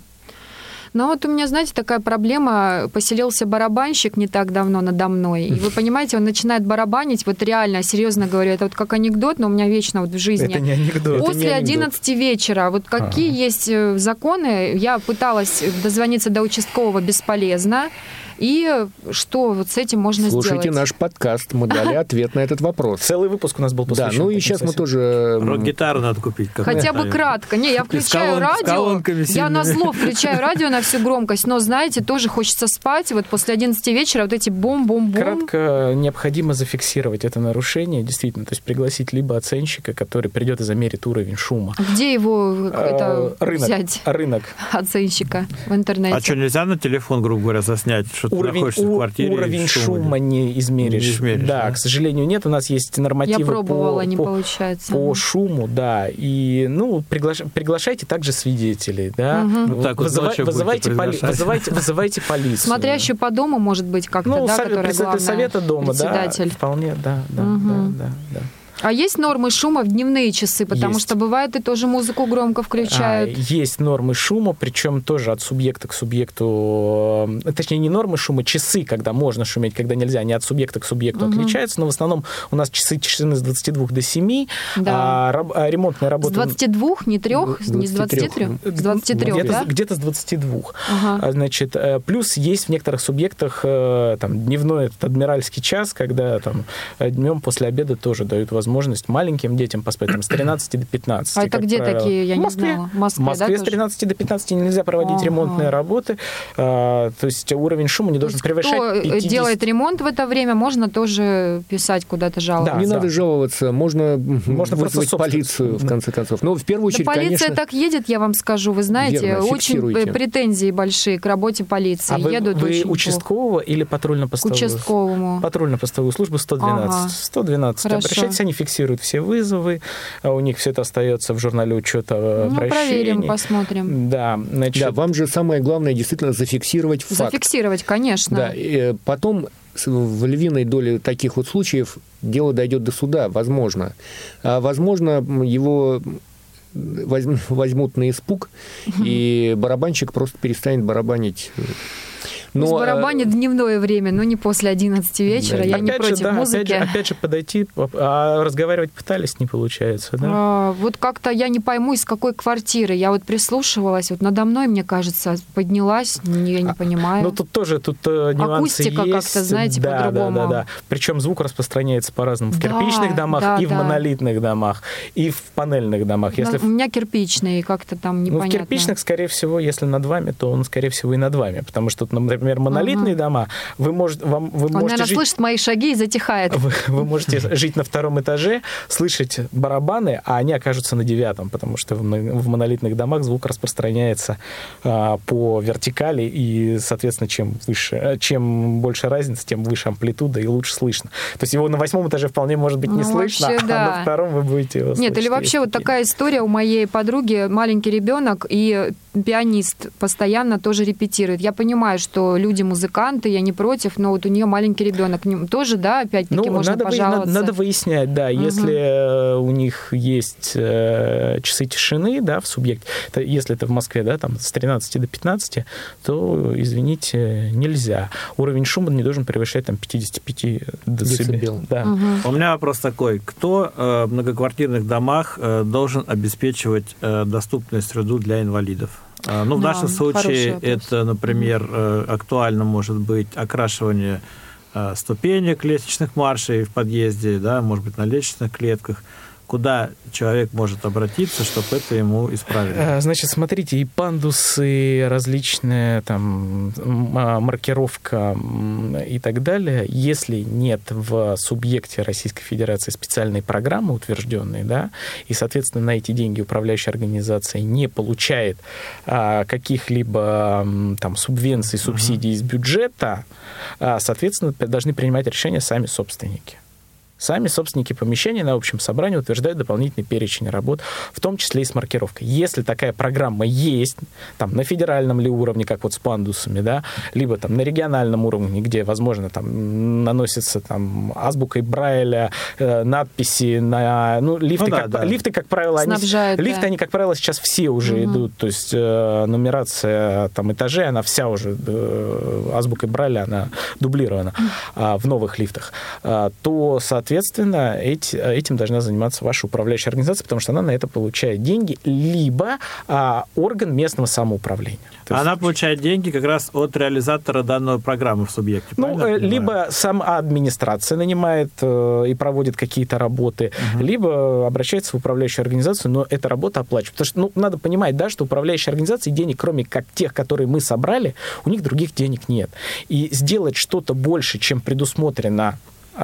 Но вот у меня, знаете, такая проблема. Поселился барабанщик не так давно надо мной. И вы понимаете, он начинает барабанить. Вот реально, серьезно говорю, это вот как анекдот, но у меня вечно вот в жизни. Это не анекдот. После одиннадцати вечера. Вот какие а. есть законы? Я пыталась дозвониться до участкового бесполезно. И что вот с этим можно Слушайте сделать? Слушайте наш подкаст, мы дали ответ на этот вопрос. Целый выпуск у нас был посвящен. Да, ну и сейчас мы тоже... Рок-гитару надо купить. Хотя бы кратко. Не, я включаю радио, я назло включаю радио на всю громкость, но, знаете, тоже хочется спать. Вот после одиннадцати вечера вот эти бум-бум-бум. Кратко необходимо зафиксировать это нарушение, действительно, то есть пригласить либо оценщика, который придет и замерит уровень шума. Где его это рынок, взять? Рынок. Оценщика в интернете. А что, нельзя на телефон, грубо говоря, заснять, что Уровень, находишься в квартире, уровень шума, шума не измеришь. Не измеришь да, да, к сожалению, нет. У нас есть нормативы Я пробовала, по, не по, получается. по шуму, да. И, ну, приглаш... приглашайте также свидетелей, да. Угу. Вот так вот Вызыва... вызывайте, поли... вызывайте, вызывайте полицию. Смотрящую по дому, может быть, как-то, ну, да, совет, которая главная, совета дома, председатель. Да, вполне, да, да, угу. да, да, да. А есть нормы шума в дневные часы? Потому есть. Что бывает, и тоже музыку громко включают. А, есть нормы шума, причем тоже от субъекта к субъекту, точнее, не нормы шума, часы, когда можно шуметь, когда нельзя, не от субъекта к субъекту угу. отличаются, но в основном у нас часы часы с двадцати двух до семи, да. а, раб, а ремонтная работа... С двадцати двух, не трех, не с двадцати трёх? С двадцати трёх, где-то, да? Где-то с двадцати двух. Ага. Значит, плюс есть в некоторых субъектах там, дневной этот адмиральский час, когда там, днем после обеда тоже дают возможность маленьким детям поспать там, с тринадцати до пятнадцати. А это где правило. Такие, я в Москве. не знала? В Москве, в Москве да, с тринадцати до пятнадцати нельзя проводить ага. ремонтные работы. А, то есть уровень шума не то должен превышать пятьдесят. Кто делает ремонт в это время, можно тоже писать куда-то жалобу. Да, не да. надо жаловаться, можно, можно вызвать полицию, в конце концов. Но в первую очередь, да, полиция конечно... так едет, я вам скажу, вы знаете, верно, очень претензии большие к работе полиции. А Едут вы, вы очень участкового плохо. Или патрульно-постовую? К участковому. Патрульно-постовую службу сто двенадцать. Ага. сто двенадцать. Хорошо. Обращайтесь, они фиксируют все вызовы, у них все это остается в журнале учета ну, обращений. Проверим, посмотрим. Да, значит... да, вам же самое главное действительно зафиксировать факт. Зафиксировать, конечно. Да, и потом в львиной доле таких вот случаев дело дойдет до суда, возможно. А возможно, его возьмут на испуг, и барабанщик просто перестанет барабанить. Но... Пусть барабанит в дневное время, но не после одиннадцати вечера. Да. Я Опять не же, против да, музыки. Опять же, опять же подойти, а разговаривать пытались, не получается. Да? А, вот как-то я не пойму, из какой квартиры. Я вот прислушивалась, вот надо мной, мне кажется, поднялась, я не понимаю. Ну, тут тоже тут нюансы акустика есть. как-то, знаете, да, по-другому. Да, да, да. Причем звук распространяется по-разному. В да, кирпичных домах, да, и в да. монолитных домах, и в панельных домах. Если... У меня кирпичные, как-то там непонятно. Ну, в кирпичных, скорее всего, если над вами, то он, скорее всего, и над вами. Потому что, например, монолитные uh-huh. дома, вы, может, вам, вы Он, можете наверное, жить... слышит мои шаги и затихает. Вы, вы можете жить на втором этаже, слышать барабаны, а они окажутся на девятом, потому что в, в монолитных домах звук распространяется а, по вертикали, и, соответственно, чем выше, чем больше разница, тем выше амплитуда и лучше слышно. То есть его на восьмом этаже вполне может быть не ну, слышно, вообще, а да. на втором вы будете его слышать. Нет, или вообще вот такая история у моей подруги, маленький ребенок и пианист постоянно тоже репетирует. Я понимаю, что люди музыканты, я не против, но вот у нее маленький ребенок тоже, да, опять-таки ну, можно надо пожаловаться. Вы, надо, надо выяснять, да, угу. если у них есть э, часы тишины, да, в субъекте, то, если это в Москве, да, там с тринадцати до пятнадцати, то, извините, нельзя. Уровень шума не должен превышать там пятьдесят пять децибел. Да. Угу. У меня вопрос такой. Кто э, в многоквартирных домах э, должен обеспечивать э, доступную среду для инвалидов? Ну, в да, нашем случае это, например, актуально может быть окрашивание ступенек лестничных маршей в подъезде, да, может быть, на лестничных клетках. Куда человек может обратиться, чтобы это ему исправили? Значит, смотрите, и пандусы, различная там маркировка и так далее. Если нет в субъекте Российской Федерации специальной программы утвержденной, да, и, соответственно, на эти деньги управляющая организация не получает а, каких-либо там субвенций, субсидий uh-huh. из бюджета, а, соответственно, должны принимать решения сами собственники. Сами собственники помещения на общем собрании утверждают дополнительный перечень работ, в том числе и с маркировкой. Если такая программа есть, там, на федеральном ли уровне, как вот с пандусами, да, либо там на региональном уровне, где, возможно, там наносится там азбукой Брайля э, надписи на... Ну, лифты, ну, да, как, да. лифты как правило, Снабжают, они, да. лифты, они, как правило, сейчас все уже угу. идут, то есть э, нумерация там этажей, она вся уже э, азбукой Брайля, она дублирована э, в новых лифтах, э, то, соответственно, Соответственно, эти, этим должна заниматься ваша управляющая организация, потому что она на это получает деньги, либо а, орган местного самоуправления. То есть... Она получает деньги как раз от реализатора данной программы в субъекте. Ну, либо сама администрация нанимает э, и проводит какие-то работы, угу. либо обращается в управляющую организацию, но эта работа оплачивается. Потому что ну, надо понимать, да, что управляющие организации денег, кроме как тех, которые мы собрали, у них других денег нет. И сделать что-то больше, чем предусмотрено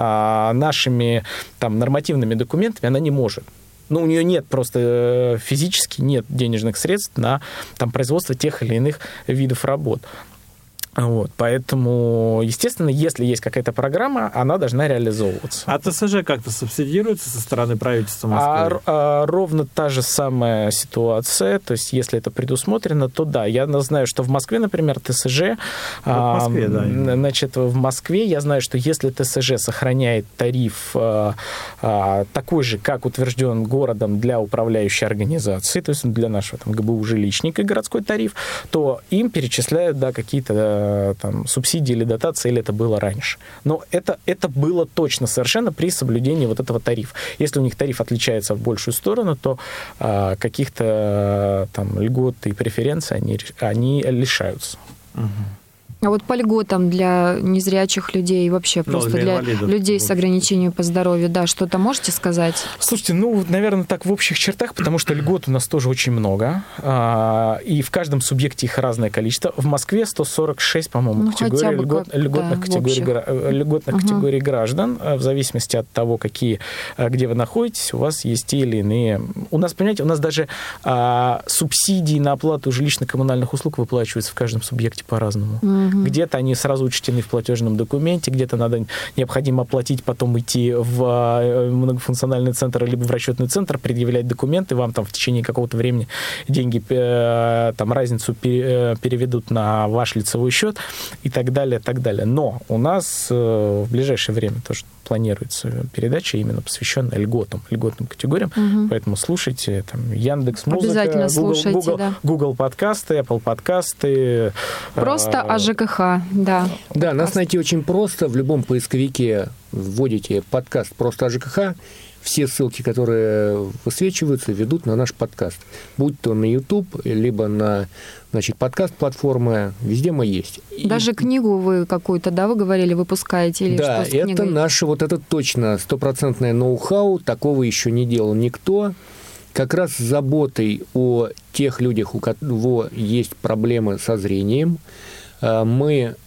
нашими там, нормативными документами, она не может. Ну, у нее нет просто физически нет денежных средств на там, производство тех или иных видов работ. Вот, поэтому, естественно, если есть какая-то программа, она должна реализовываться. А ТСЖ как-то субсидируется со стороны правительства Москвы? А, а, ровно та же самая ситуация, то есть если это предусмотрено, то да. Я знаю, что в Москве, например, ТСЖ... В Москве, а, да. Значит, в Москве я знаю, что если ТСЖ сохраняет тариф а, а, такой же, как утвержден городом для управляющей организации, то есть для нашего там, ГБУ жилищника городской тариф, то им перечисляют да, какие-то там, субсидии или дотации, или это было раньше. Но это, это было точно совершенно при соблюдении вот этого тарифа. Если у них тариф отличается в большую сторону, то а, каких-то там льгот и преференций они, они лишаются. Угу. А вот по льготам для незрячих людей и вообще ну, просто для, для людей с ограничением по здоровью, да, что-то можете сказать? Слушайте, ну, наверное, так в общих чертах, потому что льгот у нас тоже очень много, и в каждом субъекте их разное количество. В Москве сто сорок шесть, по-моему, ну, категорий льгот, как, льготных, да, категорий, льготных угу. категорий граждан. В зависимости от того, какие, где вы находитесь, у вас есть те или иные... У нас, понимаете, у нас даже а, субсидии на оплату жилищно-коммунальных услуг выплачиваются в каждом субъекте по-разному. Угу. Где-то они сразу учтены в платежном документе, где-то надо необходимо оплатить, потом идти в многофункциональный центр либо в расчетный центр, предъявлять документы, вам там в течение какого-то времени деньги, там разницу переведут на ваш лицевой счет и так далее, так далее. Но у нас в ближайшее время тоже планируется передача, именно посвященная льготам, льготным категориям. Угу. Поэтому слушайте там Яндекс.Музыка, Google, Google, да. Google подкасты, Apple подкасты. Просто а... о ЖКХ, да. Да, нас найти очень просто. В любом поисковике вводите подкаст «Просто о ЖКХ». Все ссылки, которые высвечиваются, ведут на наш подкаст. Будь то на YouTube, либо на, значит, подкаст-платформы, везде мы есть. Даже и... книгу вы какую-то, да, вы говорили, выпускаете? Или да, что с это книгой? наше, вот это точно стопроцентное ноу-хау, такого еще не делал никто. Как раз с заботой о тех людях, у кого есть проблемы со зрением, мы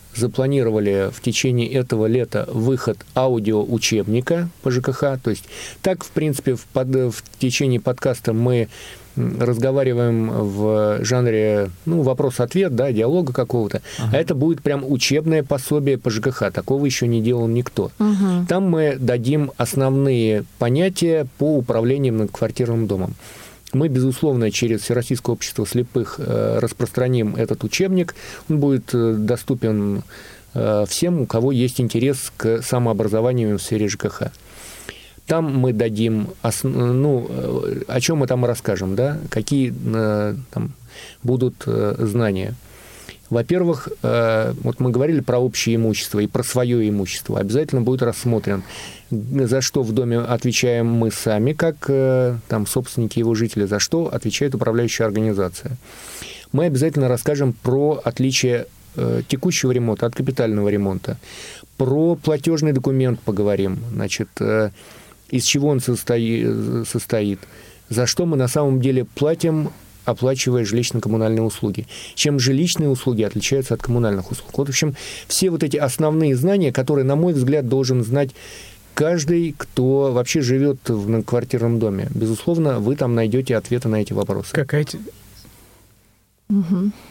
запланировали в течение этого лета выход аудиоучебника по ЖКХ. То есть так, в принципе, в, под, в течение подкаста мы разговариваем в жанре ну, вопрос-ответ, да, диалога какого-то, ага. а это будет прям учебное пособие по ЖКХ. Такого еще не делал никто. Ага. Там мы дадим основные понятия по управлению многоквартирным домом. Мы, безусловно, через Всероссийское общество слепых распространим этот учебник. Он будет доступен всем, у кого есть интерес к самообразованию в сфере ЖКХ. Там мы дадим, ну, о чем мы там расскажем, да, какие там будут знания. Во-первых, вот мы говорили про общее имущество и про свое имущество. Обязательно будет рассмотрен, за что в доме отвечаем мы сами, как там, собственники его жители, за что отвечает управляющая организация. Мы обязательно расскажем про отличие текущего ремонта от капитального ремонта. Про платежный документ поговорим. Значит, из чего он состоит, состоит, за что мы на самом деле платим, оплачивая жилищно-коммунальные услуги. Чем жилищные услуги отличаются от коммунальных услуг. Вот, в общем, все вот эти основные знания, которые, на мой взгляд, должен знать каждый, кто вообще живет в многоквартирном доме. Безусловно, вы там найдете ответы на эти вопросы. Какая... Угу.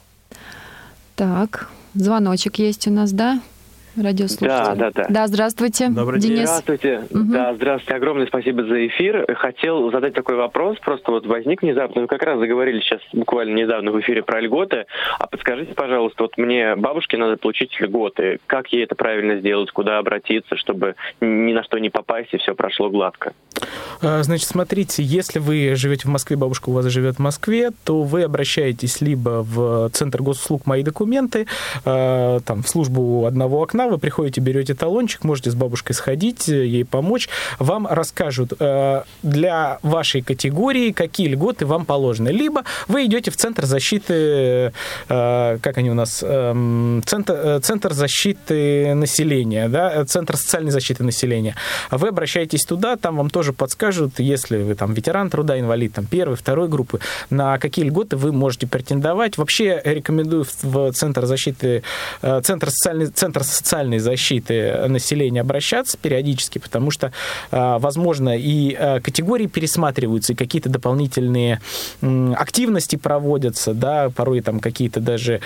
Так, звоночек есть у нас, да? Радиослушатель. Да, да, да. Да, здравствуйте. Добрый Денис. день. Здравствуйте. Угу. Да, здравствуйте. Огромное спасибо за эфир. Хотел задать такой вопрос, просто вот возник внезапно. Вы как раз заговорили сейчас буквально недавно в эфире про льготы. А подскажите, пожалуйста, вот мне, бабушке, надо получить льготы. Как ей это правильно сделать? Куда обратиться, чтобы ни на что не попасть и все прошло гладко? Значит, смотрите, если вы живете в Москве, бабушка у вас живет в Москве, то вы обращаетесь либо в Центр госуслуг «Мои документы», там, в службу одного окна, вы приходите, берете талончик, можете с бабушкой сходить, ей помочь, вам расскажут для вашей категории, какие льготы вам положены. Либо вы идете в Центр защиты, как они у нас, Центр, Центр защиты населения, да, Центр социальной защиты населения. Вы обращаетесь туда, там вам тоже подскажут, если вы там ветеран труда, инвалид там, первой, второй группы, на какие льготы вы можете претендовать. Вообще рекомендую в Центр защиты, Центр социальной, Центр социальной защиты населения обращаться периодически, потому что, возможно, и категории пересматриваются, и какие-то дополнительные активности проводятся, да, порой там какие-то даже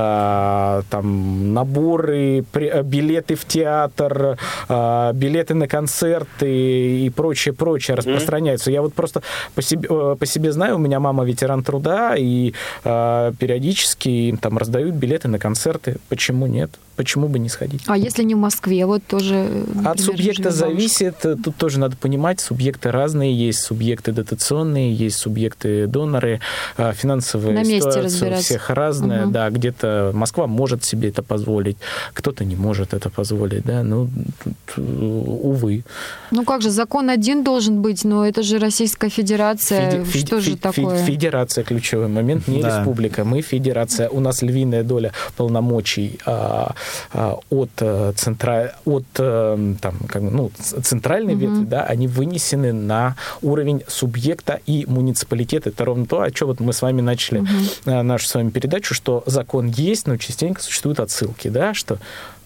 там наборы, билеты в театр, билеты на концерты и прочее, прочее распространяются. Я вот просто по себе, по себе знаю, у меня мама ветеран труда, и э, периодически им там раздают билеты на концерты. Почему нет? Почему бы не сходить? А если не в Москве, вот тоже... Например, от субъекта зависит. Тут тоже надо понимать, субъекты разные. Есть субъекты дотационные, есть субъекты-доноры. Финансовая ситуация у всех разная. Угу. Да, где-то Москва может себе это позволить, кто-то не может это позволить. Да? Ну, тут, увы. Ну как же, закон один должен быть, но это же Российская Федерация. Феди- Что феди- же такое? Федерация ключевой момент, не да. республика. Мы федерация. У нас львиная доля полномочий а, а, от, центра... от там, как, ну, центральной угу. ветви, да, они вынесены на уровень субъекта и муниципалитета. Это ровно то, о чем вот мы с вами начали угу. нашу с вами передачу, что закон есть, но частенько существуют отсылки, да, что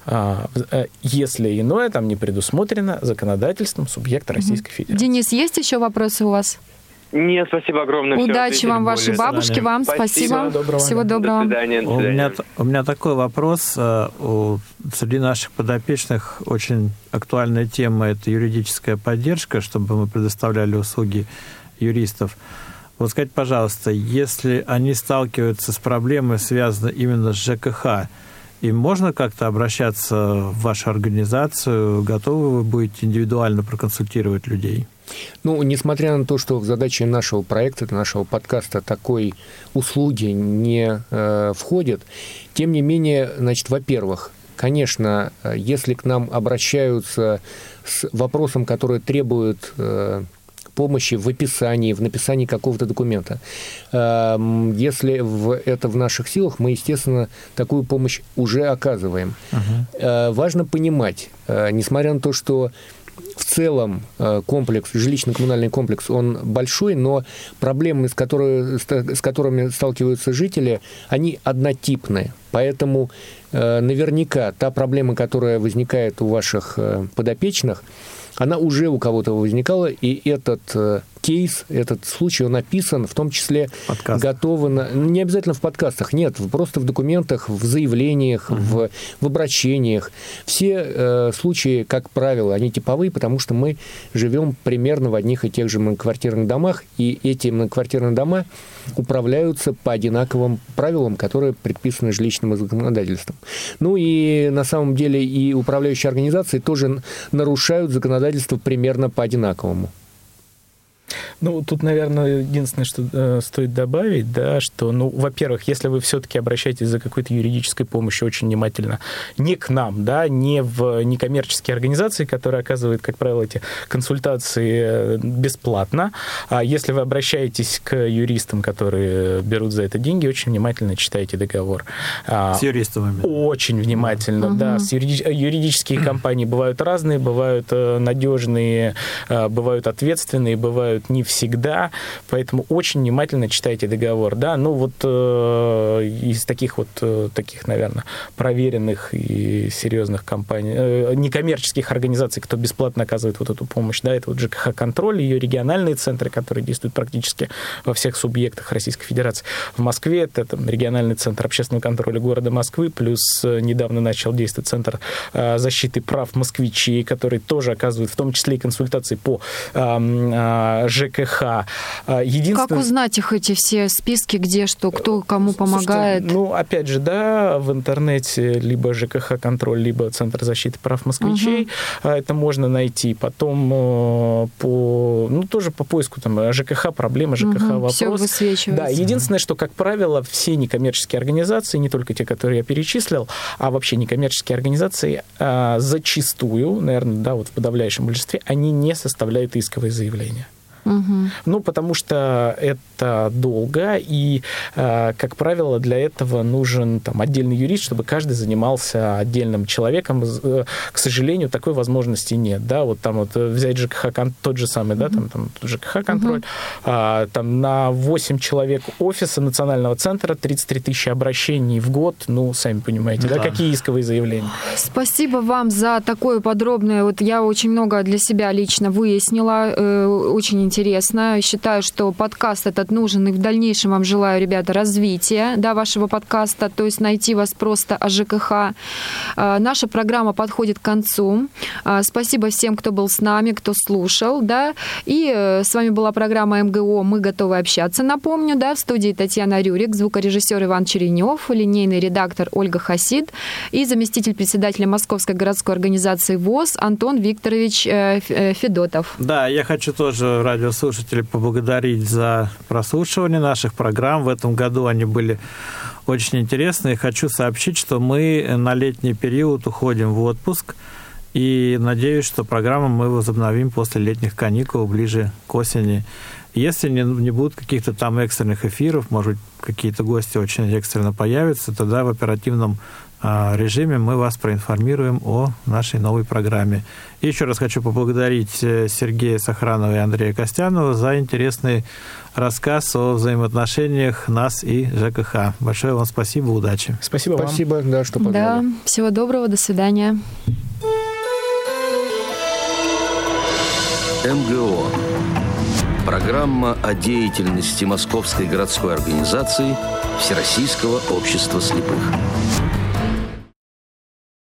если иное там не предусмотрено законодательством субъекта Российской Федерации. Денис, есть еще вопросы у вас? Нет, спасибо огромное. Удачи вам, вашей бабушке, вам спасибо. Спасибо. Доброго. Всего доброго. До свидания. До у, свидания. меня, у меня такой вопрос. У, среди наших подопечных очень актуальная тема – это юридическая поддержка, чтобы мы предоставляли услуги юристов. Вот скажите, пожалуйста, если они сталкиваются с проблемой, связанной именно с ЖКХ, им можно как-то обращаться в вашу организацию? Готовы вы будете индивидуально проконсультировать людей? Ну, несмотря на то, что в задачи нашего проекта, нашего подкаста такой услуги не э, входят, тем не менее, значит, во-первых, конечно, если к нам обращаются с вопросом, который требует э, помощи в описании, в написании какого-то документа. Если в, это в наших силах, мы, естественно, такую помощь уже оказываем. Uh-huh. Важно понимать, несмотря на то, что в целом комплекс, жилищно-коммунальный комплекс, он большой, но проблемы, с, которые, с которыми сталкиваются жители, они однотипные. Поэтому наверняка та проблема, которая возникает у ваших подопечных, она уже у кого-то возникала, и этот э, кейс, этот случай, он описан, в том числе готовы на... Не обязательно в подкастах, нет, просто в документах, в заявлениях, угу. в, в обращениях. Все э, случаи, как правило, они типовые, потому что мы живем примерно в одних и тех же многоквартирных домах, и эти многоквартирные дома управляются по одинаковым правилам, которые предписаны жилищным законодательством. Ну и на самом деле и управляющие организации тоже нарушают законодательство примерно по-одинаковому. Ну, тут, наверное, единственное, что э, стоит добавить, да, что, ну, во-первых, если вы все-таки обращаетесь за какой-то юридической помощью очень внимательно, не к нам, да, не в некоммерческие организации, которые оказывают, как правило, эти консультации бесплатно, а если вы обращаетесь к юристам, которые берут за это деньги, очень внимательно читайте договор. С юристами. Очень внимательно, угу. да. С юриди... Юридические компании бывают разные, бывают надежные, бывают ответственные, бывают не всегда, поэтому очень внимательно читайте договор, да, ну вот э, из таких вот, э, таких, наверное, проверенных и серьезных компаний, э, некоммерческих организаций, кто бесплатно оказывает вот эту помощь, да, это вот ЖКХ-контроль, ее региональные центры, которые действуют практически во всех субъектах Российской Федерации. В Москве это там, региональный центр общественного контроля города Москвы, плюс недавно начал действовать Центр э, защиты прав москвичей, который тоже оказывает в том числе и консультации по э, э, ЖКХ. Единственное... Как узнать их, эти все списки, где что, кто кому помогает? Слушайте, ну, опять же, да, в интернете либо ЖКХ-контроль, либо Центр защиты прав москвичей. Угу. Это можно найти. Потом по, ну, тоже по поиску там ЖКХ, проблемы, ЖКХ, угу, вопрос. Все высвечивается. Да, единственное, что, как правило, все некоммерческие организации, не только те, которые я перечислил, а вообще некоммерческие организации зачастую, наверное, да, вот в подавляющем большинстве, они не составляют исковые заявления. Угу. Ну, потому что это долго, и, как правило, для этого нужен там, отдельный юрист, чтобы каждый занимался отдельным человеком. К сожалению, такой возможности нет. Да? Вот там вот взять ЖКХ, тот же самый, угу. да, там, там ЖКХ-контроль, угу. а, там на восемь человек офиса национального центра, тридцать три тысячи обращений в год, ну, сами понимаете, да, да какие исковые заявления. Спасибо вам за такое подробное. Вот я очень много для себя лично выяснила, э, очень интересно. Интересно. Считаю, что подкаст этот нужен, и в дальнейшем вам желаю, ребята, развития, да, вашего подкаста, то есть найти вас просто о ЖКХ. Наша программа подходит к концу. Спасибо всем, кто был с нами, кто слушал, да, и с вами была программа МГО «Мы готовы общаться», напомню, да, в студии Татьяна Рюрик, звукорежиссер Иван Черенев, линейный редактор Ольга Хасид и заместитель председателя Московской городской организации ВОС Антон Викторович Федотов. Да, я хочу тоже радио слушателей поблагодарить за прослушивание наших программ. В этом году они были очень интересные. Хочу сообщить, что мы на летний период уходим в отпуск, и надеюсь, что программу мы возобновим после летних каникул, ближе к осени. Если не, не будут каких-то там экстренных эфиров, может быть, какие-то гости очень экстренно появятся, тогда в оперативном режиме мы вас проинформируем о нашей новой программе. И еще раз хочу поблагодарить Сергея Сохранова и Андрея Костянова за интересный рассказ о взаимоотношениях нас и ЖКХ. Большое вам спасибо, удачи. Спасибо вам. Спасибо, да, что позвали. Да, всего доброго, до свидания. МГО. Программа о деятельности Московской городской организации Всероссийского общества слепых.